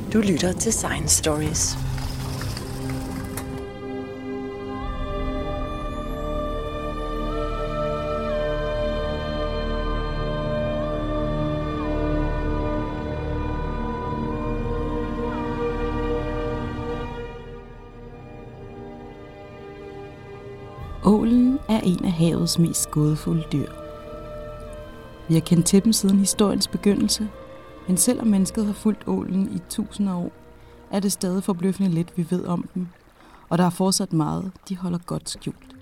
Du lytter til Science Stories. Ålen er en af havets mest gådefulde dyr. Vi har kendt til dem siden historiens begyndelse, men selvom mennesket har fulgt ålen i tusinder år, er det stadig forbløffende lidt, vi ved om dem, og der er fortsat meget, de holder godt skjult.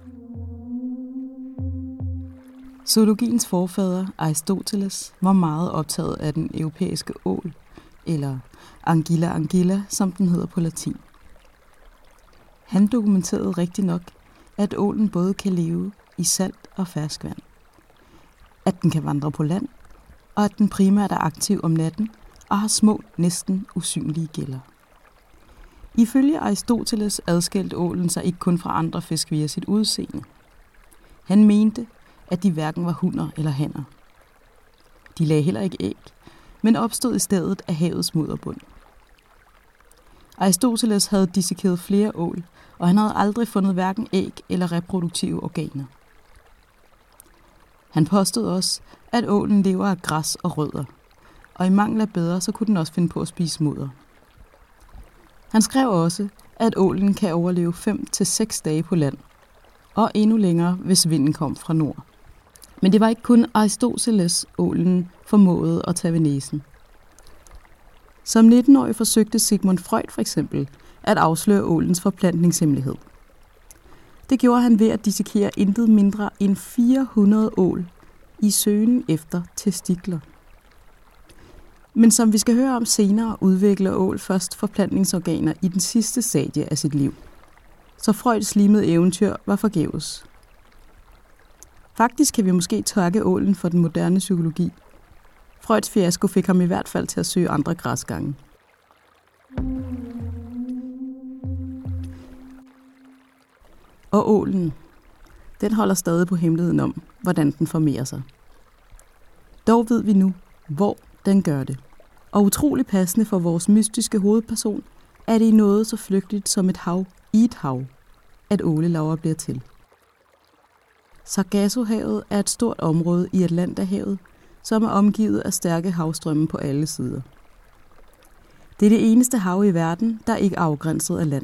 Zoologiens forfader Aristoteles var meget optaget af den europæiske ål, eller Anguilla anguilla, som den hedder på latin. Han dokumenterede rigtig nok, at ålen både kan leve i salt og ferskvand, at den kan vandre på land, og at den primært er aktiv om natten og har små, næsten usynlige gælder. Ifølge Aristoteles adskilte ålen sig ikke kun fra andre fisk via sit udseende. Han mente, at de hverken var hunner eller hanner. De lagde heller ikke æg, men opstod i stedet af havets mudderbund. Aristoteles havde dissekeret flere ål, og han havde aldrig fundet hverken æg eller reproduktive organer. Han påstod også, at ålen lever af græs og rødder, og i mangel af bedre, så kunne den også finde på at spise mudder. Han skrev også, at ålen kan overleve 5-6 dage på land, og endnu længere, hvis vinden kom fra nord. Men det var ikke kun Aristoteles, ålen formåede at tage ved næsen. Som 19-årig forsøgte Sigmund Freud for eksempel at afsløre ålens forplantningshemmelighed. Det gjorde han ved at dissekere intet mindre end 400 ål i søgen efter testikler. Men som vi skal høre om senere, udvikler ål først forplantningsorganer i den sidste stadie af sit liv. Så Freuds limede eventyr var forgæves. Faktisk kan vi måske takke ålen for den moderne psykologi. Freuds fiasko fik ham i hvert fald til at søge andre græsgange. Og ålen, den holder stadig på hemmeligheden om, hvordan den formerer sig. Dog ved vi nu, hvor den gør det. Og utrolig passende for vores mystiske hovedperson, er det i noget så flygtigt som et hav i et hav, at ålelarver bliver til. Sargassohavet er et stort område i Atlanterhavet, som er omgivet af stærke havstrømme på alle sider. Det er det eneste hav i verden, der ikke er afgrænset af land.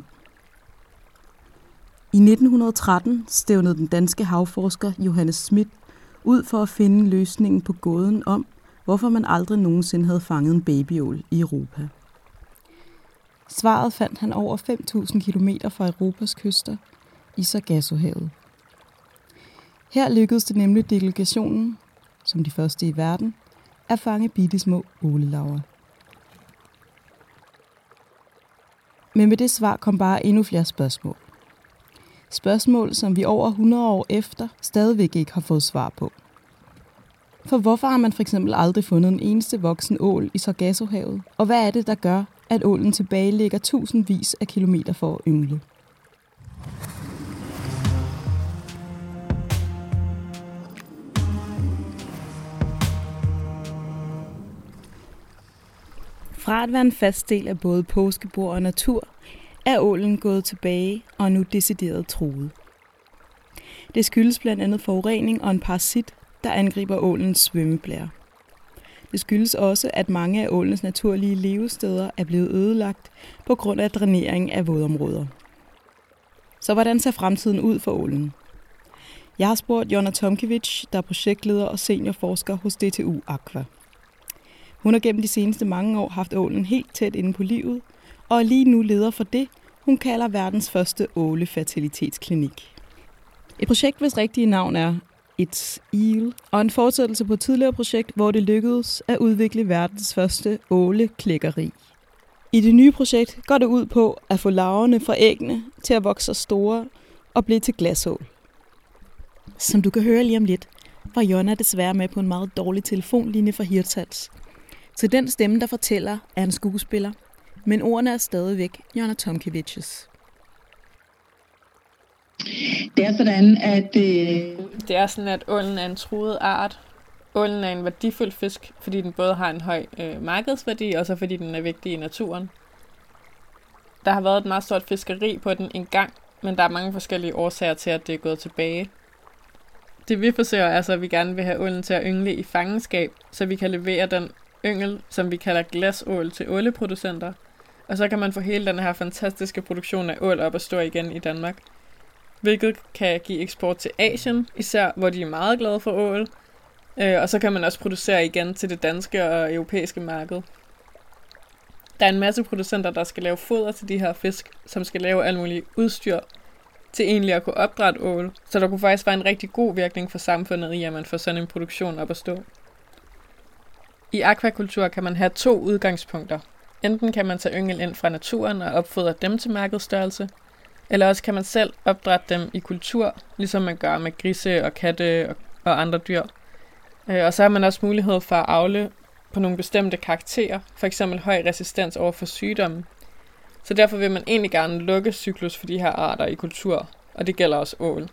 I 1913 stævnede den danske havforsker Johannes Schmidt ud for at finde løsningen på gåden om, hvorfor man aldrig nogensinde havde fanget en babyål i Europa. Svaret fandt han over 5.000 kilometer fra Europas kyster i Sargassohavet. Her lykkedes det nemlig delegationen, som de første i verden, at fange bittesmå ålelarver. Men med det svar kom bare endnu flere spørgsmål. Spørgsmål, som vi over 100 år efter stadigvæk ikke har fået svar på. For hvorfor har man for eksempel aldrig fundet en eneste voksen ål i Sargassohavet? Og hvad er det, der gør, at ålen tilbagelægger tusindvis af kilometer for at yngle? Fra at være en fast del af både påskebord og natur, er ålen gået tilbage og nu decideret truet. Det skyldes blandt andet forurening og en parasit, der angriber ålens svømmeblære. Det skyldes også, at mange af ålens naturlige levesteder er blevet ødelagt på grund af drænering af vådområder. Så hvordan ser fremtiden ud for ålen? Jeg har spurgt Jonna Tomkiewicz, der er projektleder og seniorforsker hos DTU Aqua. Hun har gennem de seneste mange år haft ålen helt tæt inde på livet, og er lige nu leder for det, hun kalder verdens første ålefertilitetsklinik. Et projekt, hvis rigtige navn er It's Eel, og en fortsættelse på et tidligere projekt, hvor det lykkedes at udvikle verdens første åleklækkeri. I det nye projekt går det ud på at få larverne fra æggene til at vokse store og blive til glasål. Som du kan høre lige om lidt, var Jonna desværre med på en meget dårlig telefonlinje fra Hirtshals. Så den stemme, der fortæller, er en skuespiller, men ordene er stadigvæk Jonna Tomkiewicz's. Det er sådan, at ålen er en truet art. Ålen er en værdifuld fisk, fordi den både har en høj markedsværdi, og så fordi den er vigtig i naturen. Der har været et meget stort fiskeri på den engang, men der er mange forskellige årsager til, at det er gået tilbage. Det vi forsøger er så, at vi gerne vil have ålen til at yngle i fangenskab, så vi kan levere den yngel, som vi kalder glasål, til åleproducenter. Og så kan man få hele den her fantastiske produktion af ål op at stå igen i Danmark. Hvilket kan give eksport til Asien, især hvor de er meget glade for ål. Og så kan man også producere igen til det danske og europæiske marked. Der er en masse producenter, der skal lave foder til de her fisk, som skal lave alt muligt udstyr til egentlig at kunne opdrætte ål. Så der kunne faktisk være en rigtig god virkning for samfundet i, at man får sådan en produktion op at stå. I akvakultur kan man have 2 udgangspunkter. Enten kan man tage yngel ind fra naturen og opfodre dem til markedsstørrelse, eller også kan man selv opdrætte dem i kultur, ligesom man gør med grise og katte og andre dyr. Og så har man også mulighed for at avle på nogle bestemte karakterer, f.eks. høj resistens over for sygdomme. Så derfor vil man egentlig gerne lukke cyklus for de her arter i kultur, og det gælder også ål.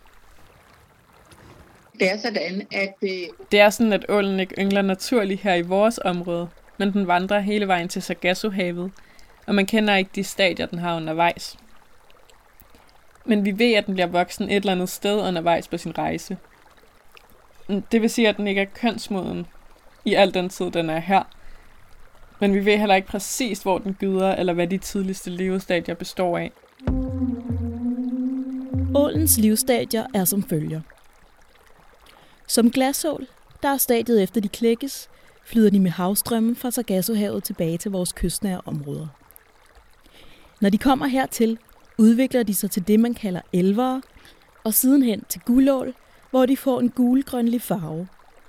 Det er sådan, at ålen ikke yngler naturligt her i vores område, men den vandrer hele vejen til Sargassohavet, og man kender ikke de stadier, den har undervejs. Men vi ved, at den bliver voksen et eller andet sted undervejs på sin rejse. Det vil sige, at den ikke er kønsmoden i al den tid, den er her. Men vi ved heller ikke præcis, hvor den gyder, eller hvad de tidligste levestadier består af. Ålens livsstadier er som følger. Som glasål, der er stadiet efter de klækkes, flyder de med havstrømmen fra Sargassohavet tilbage til vores kystnære områder. Når de kommer hertil, udvikler de sig til det, man kalder elvere, og sidenhen til guldål, hvor de får en gulgrønlig farve.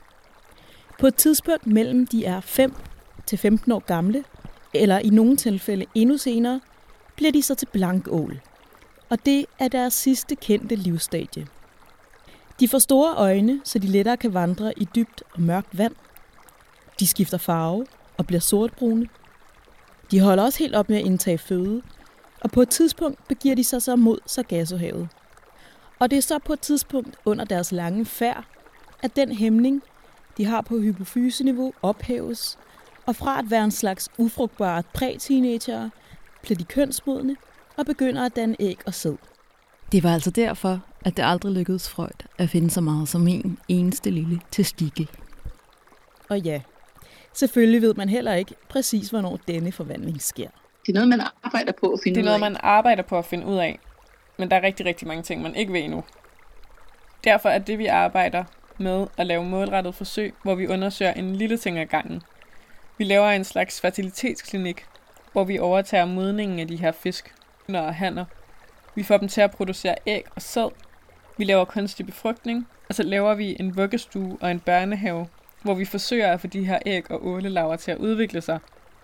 På et tidspunkt mellem de er 5 til 15 år gamle, eller i nogle tilfælde endnu senere, bliver de så til blankål. Og det er deres sidste kendte livsstadie. De får store øjne, så de lettere kan vandre i dybt og mørkt vand. De skifter farve og bliver sortbrune. De holder også helt op med at indtage føde, og på et tidspunkt begiver de sig så mod Sargassohavet. Og det er så på et tidspunkt under deres lange færd, at den hæmning, de har på hypofyseniveau, ophæves, og fra at være en slags ufrugtbare præ-teenagere, bliver de kønsmodne og begynder at danne æg og sæd. Det var altså derfor, at det aldrig lykkedes Freud at finde så meget som en eneste lille testikel. Og ja, selvfølgelig ved man heller ikke præcis, hvornår denne forvandling sker. Det er noget, man arbejder på at finde ud af. Det er noget, man arbejder på at finde ud af. Men der er rigtig, rigtig mange ting, man ikke ved endnu. Derfor er det, vi arbejder med at lave målrettet forsøg, hvor vi undersøger en lille ting ad gangen. Vi laver en slags fertilitetsklinik, hvor vi overtager modningen af de her fisk, og hanner. Vi får dem til at producere æg og sæd. Vi laver kunstig befrugtning, og så laver vi en vuggestue og en børnehave, hvor vi forsøger at få de her æg og ålelarver til at udvikle sig.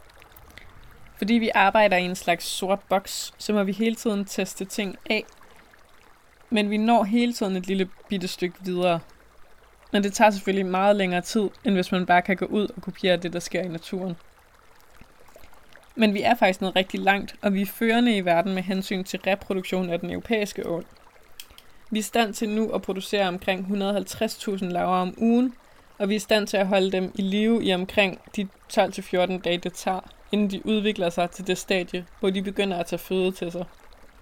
Fordi vi arbejder i en slags sort boks, så må vi hele tiden teste ting af. Men vi når hele tiden et lille bitte stykke videre. Men det tager selvfølgelig meget længere tid, end hvis man bare kan gå ud og kopiere det, der sker i naturen. Men vi er faktisk noget rigtig langt, og vi er førende i verden med hensyn til reproduktion af den europæiske ål. Vi er i stand til nu at producere omkring 150.000 larver om ugen, og vi er i stand til at holde dem i live i omkring de 12-14 dage, det tager, inden de udvikler sig til det stadie, hvor de begynder at tage føde til sig.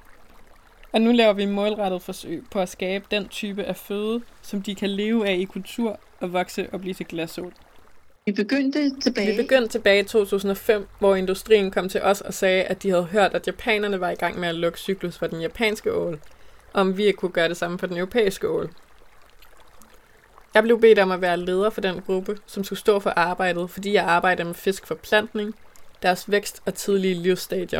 Og nu laver vi målrettet forsøg på at skabe den type af føde, som de kan leve af i kultur og vokse og blive til glasål. Vi begyndte tilbage i 2005, hvor industrien kom til os og sagde, at de havde hørt, at japanerne var i gang med at lukke cyklus for den japanske ål, om vi ikke kunne gøre det samme for den europæiske ål. Jeg blev bedt om at være leder for den gruppe, som skulle stå for arbejdet, fordi jeg arbejder med fiskforplantning, deres vækst og tidlige livsstadier.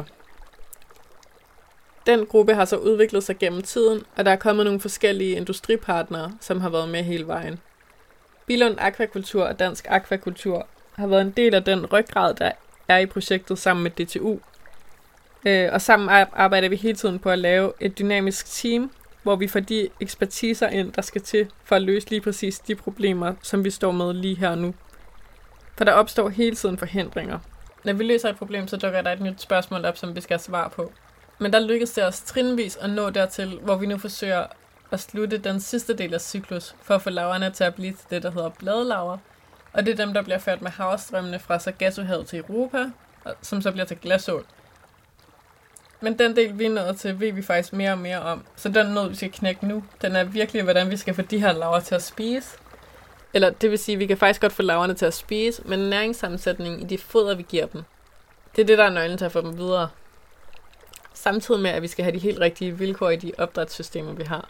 Den gruppe har så udviklet sig gennem tiden, og der er kommet nogle forskellige industripartnere, som har været med hele vejen. Billund Akvakultur og Dansk Akvakultur har været en del af den ryggrad, der er i projektet sammen med DTU. Og sammen arbejder vi hele tiden på at lave et dynamisk team, hvor vi får de ekspertiser ind, der skal til for at løse lige præcis de problemer, som vi står med lige her og nu. For der opstår hele tiden forhindringer. Når vi løser et problem, så dukker der et nyt spørgsmål op, som vi skal svare på. Men der lykkedes det os trinvis at nå dertil, hvor vi nu forsøger at slutte den sidste del af cyklus, for at få larverne til at blive til det, der hedder bladlarver. Og det er dem, der bliver ført med havstrømmene fra Sargassohavet til Europa, som så bliver til glasål. Men den del, vi er nået til, ved vi faktisk mere og mere om. Så den nød, vi skal knække nu, den er virkelig, hvordan vi skal få de her larver til at spise. Eller det vil sige, at vi kan faktisk godt få larverne til at spise, men næringssammensætningen i de foder, vi giver dem, det er det, der er nøglen til at få dem videre. Samtidig med, at vi skal have de helt rigtige vilkår i de opdrætssystemer, vi har.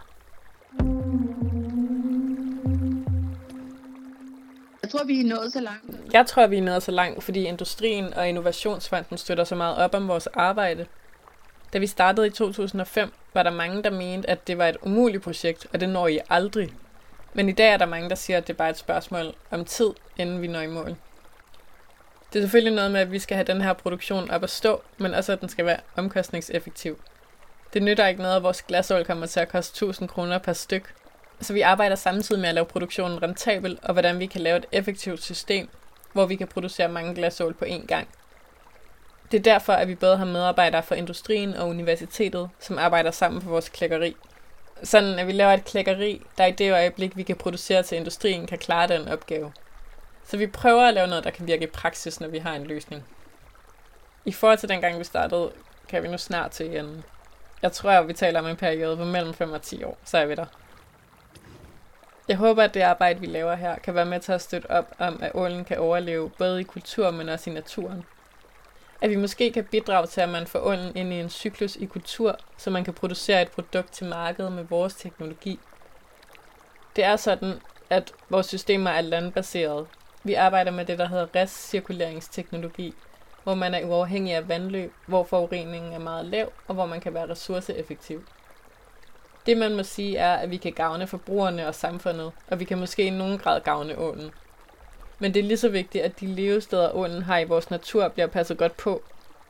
Jeg tror, vi er nået så langt. Jeg tror, vi er nået så langt, fordi industrien og Innovationsfonden støtter så meget op om vores arbejde. Da vi startede i 2005, var der mange, der mente, at det var et umuligt projekt, og det når I aldrig. Men i dag er der mange, der siger, at det er bare et spørgsmål om tid, inden vi når i mål. Det er selvfølgelig noget med, at vi skal have den her produktion op at stå, men også at den skal være omkostningseffektiv. Det nytter ikke noget, at vores glasål kommer til at koste 1000 kroner per styk. Så vi arbejder samtidig med at lave produktionen rentabel, og hvordan vi kan lave et effektivt system, hvor vi kan producere mange glasål på én gang. Det er derfor, at vi både har medarbejdere fra industrien og universitetet, som arbejder sammen på vores klækkeri. Sådan at vi laver et klækkeri, der i det øjeblik, vi kan producere til industrien, kan klare den opgave. Så vi prøver at lave noget, der kan virke i praksis, når vi har en løsning. I forhold til dengang vi startede, kan vi nu snart til igen. Jeg tror, at vi taler om en periode på mellem 5 og 10 år, så er vi der. Jeg håber, at det arbejde, vi laver her, kan være med til at støtte op om, at ålen kan overleve både i kultur, men også i naturen. At vi måske kan bidrage til, at man får ålen ind i en cyklus i kultur, så man kan producere et produkt til markedet med vores teknologi. Det er sådan, at vores systemer er landbaserede. Vi arbejder med det, der hedder recirkuleringsteknologi, hvor man er uafhængig af vandløb, hvor forureningen er meget lav, og hvor man kan være ressourceeffektiv. Det man må sige er, at vi kan gavne forbrugerne og samfundet, og vi kan måske i nogen grad gavne ålen. Men det er lige så vigtigt, at de levesteder, ålen har i vores natur, bliver passet godt på.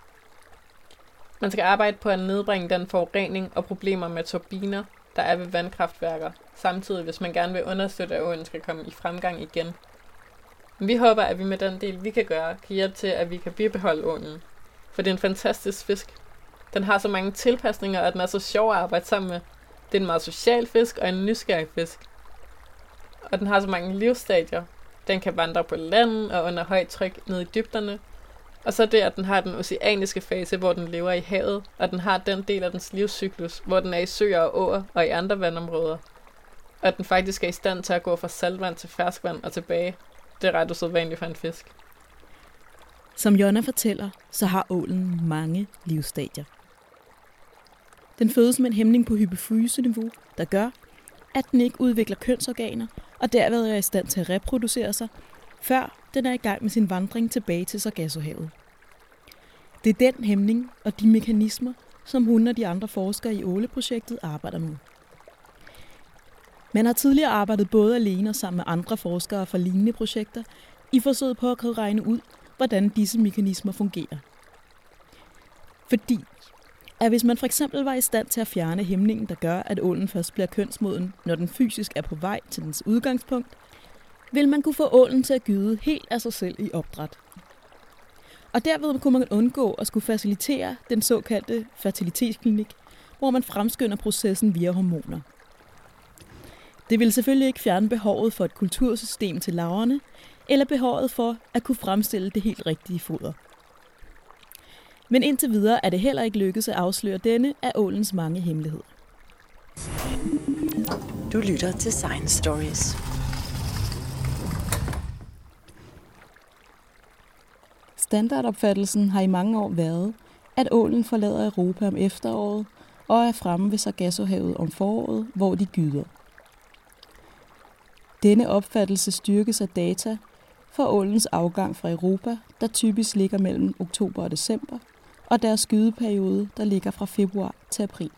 Man skal arbejde på at nedbringe den forurening og problemer med turbiner, der er ved vandkraftværker, samtidig hvis man gerne vil understøtte, at ålen skal komme i fremgang igen. Men vi håber, at vi med den del, vi kan gøre, kan hjælpe til, at vi kan bibeholde ålen. For det er en fantastisk fisk. Den har så mange tilpasninger, og den er så sjov at arbejde sammen med. Det er en meget social fisk og en nysgerrig fisk. Og den har så mange livsstadier. Den kan vandre på landet og under højt tryk ned i dybderne. Og så det, at den har den oceaniske fase, hvor den lever i havet, og den har den del af dens livscyklus, hvor den er i søer og åer og i andre vandområder. Og at den faktisk er i stand til at gå fra saltvand til ferskvand og tilbage. Det er ret usædvanligt for en fisk. Som Jonna fortæller, så har ålen mange livsstadier. Den fødes med en hæmning på hypofyseniveau, der gør, at den ikke udvikler kønsorganer, og derved er i stand til at reproducere sig, før den er i gang med sin vandring tilbage til Sargassohavet. Det er den hæmning og de mekanismer, som hun og de andre forskere i åleprojektet arbejder med. Man har tidligere arbejdet både alene og sammen med andre forskere fra lignende projekter, i forsøget på at kunne regne ud, hvordan disse mekanismer fungerer. Fordi at hvis man for eksempel var i stand til at fjerne hæmningen, der gør, at ålen først bliver kønsmoden, når den fysisk er på vej til dens udgangspunkt, vil man kunne få ålen til at gyde helt af sig selv i opdræt. Og derved kunne man undgå at skulle facilitere den såkaldte fertilitetsklinik, hvor man fremskynder processen via hormoner. Det vil selvfølgelig ikke fjerne behovet for et kultursystem til larverne, eller behovet for at kunne fremstille det helt rigtige foder. Men indtil videre er det heller ikke lykkedes at afsløre denne af ålens mange hemmeligheder. Du lytter til Science Stories. Standardopfattelsen har i mange år været, at ålen forlader Europa om efteråret og er fremme ved Sargassohavet om foråret, hvor de gyder. Denne opfattelse styrkes af data for ålens afgang fra Europa, der typisk ligger mellem oktober og december, og deres skydeperiode, der ligger fra februar til april.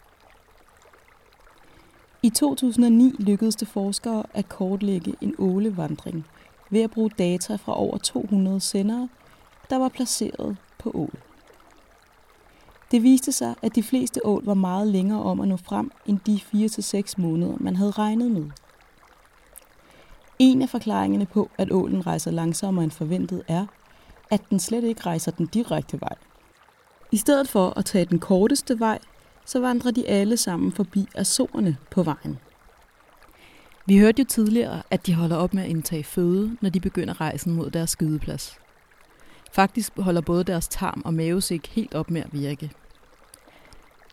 I 2009 lykkedes det forskere at kortlægge en ålevandring ved at bruge data fra over 200 sendere, der var placeret på ål. Det viste sig, at de fleste ål var meget længere om at nå frem end de 4 til 6 måneder, man havde regnet med. En af forklaringerne på, at ålen rejser langsommere end forventet, er, at den slet ikke rejser den direkte vej. I stedet for at tage den korteste vej, så vandrer de alle sammen forbi Azorerne på vejen. Vi hørte jo tidligere, at de holder op med at indtage føde, når de begynder rejsen mod deres skydeplads. Faktisk holder både deres tarm og mavesæk helt op med at virke.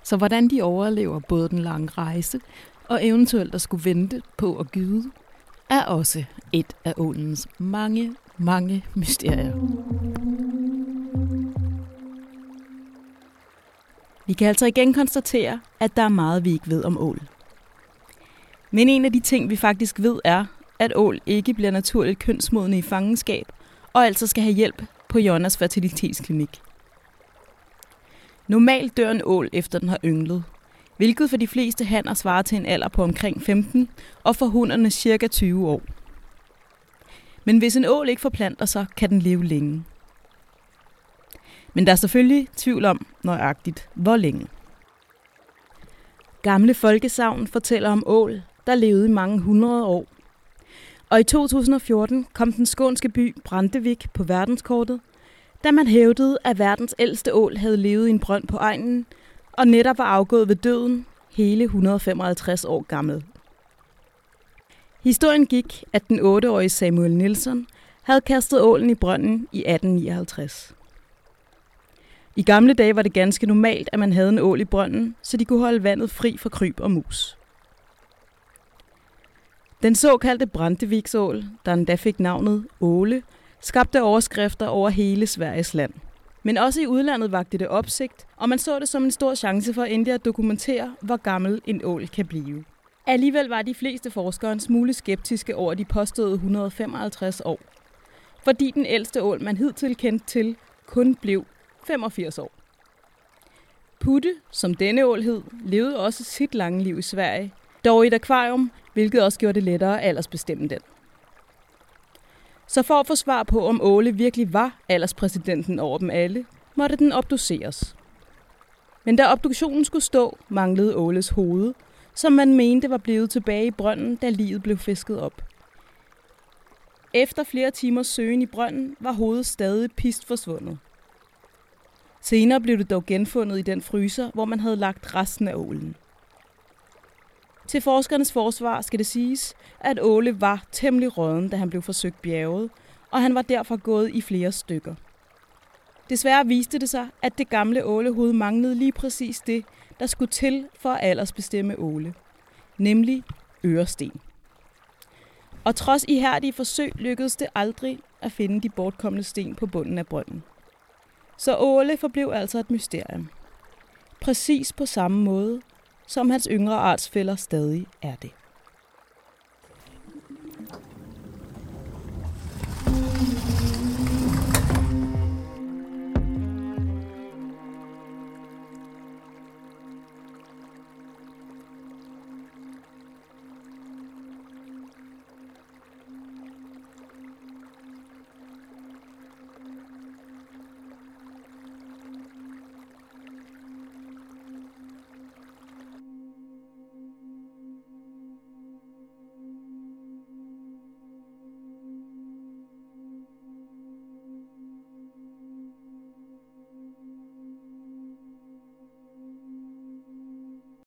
Så hvordan de overlever både den lange rejse og eventuelt at skulle vente på at gyde, er også et af ålens mange, mange mysterier. Vi kan altså igen konstatere, at der er meget, vi ikke ved om ål. Men en af de ting, vi faktisk ved, er, at ål ikke bliver naturligt kønsmodne i fangenskab, og altså skal have hjælp på Jonas fertilitetsklinik. Normalt dør en ål, efter den har ynglet, hvilket for de fleste hanner svarer til en alder på omkring 15, og for hunnerne ca. 20 år. Men hvis en ål ikke forplanter sig, kan den leve længe. Men der er selvfølgelig tvivl om nøjagtigt, hvor længe. Gamle folkesagn fortæller om ål, der levede i mange hundrede år. Og i 2014 kom den skånske by Brantevik på verdenskortet, da man hævdede, at verdens ældste ål havde levet i en brønd på egnen, og netop var afgået ved døden, hele 155 år gammel. Historien gik, at den 8-årige Samuel Nielsen havde kastet ålen i brønden i 1859. I gamle dage var det ganske normalt, at man havde en ål i brønden, så de kunne holde vandet fri for kryb og mus. Den såkaldte Branteviksål, der endda fik navnet åle, skabte overskrifter over hele Sveriges land. Men også i udlandet vakte det opsigt, og man så det som en stor chance for endelig at dokumentere, hvor gammel en ål kan blive. Alligevel var de fleste forskere en smule skeptiske over de påståede 155 år, fordi den ældste ål, man hidtil kendte til, kun blev 85 år. Putte, som denne ål hed, levede også sit lange liv i Sverige, dog i et akvarium, hvilket også gjorde det lettere at aldersbestemme den. Så for at få svar på, om åle virkelig var alderspræsidenten over dem alle, måtte den obduceres. Men da obduktionen skulle stå, manglede åles hoved, som man mente var blevet tilbage i brønden, da liget blev fisket op. Efter flere timers søgen i brønden, var hovedet stadig pist forsvundet. Senere blev det dog genfundet i den fryser, hvor man havde lagt resten af ålen. Til forskernes forsvar skal det siges, at åle var temmelig rådden, da han blev forsøgt bjerget, og han var derfor gået i flere stykker. Desværre viste det sig, at det gamle ålehoved manglede lige præcis det, der skulle til for at aldersbestemme åle, nemlig øresten. Og trods ihærdige forsøg lykkedes det aldrig at finde de bortkomne sten på bunden af brønden. Så åle forblev altså et mysterium. Præcis på samme måde, som hans yngre artsfæller stadig er det.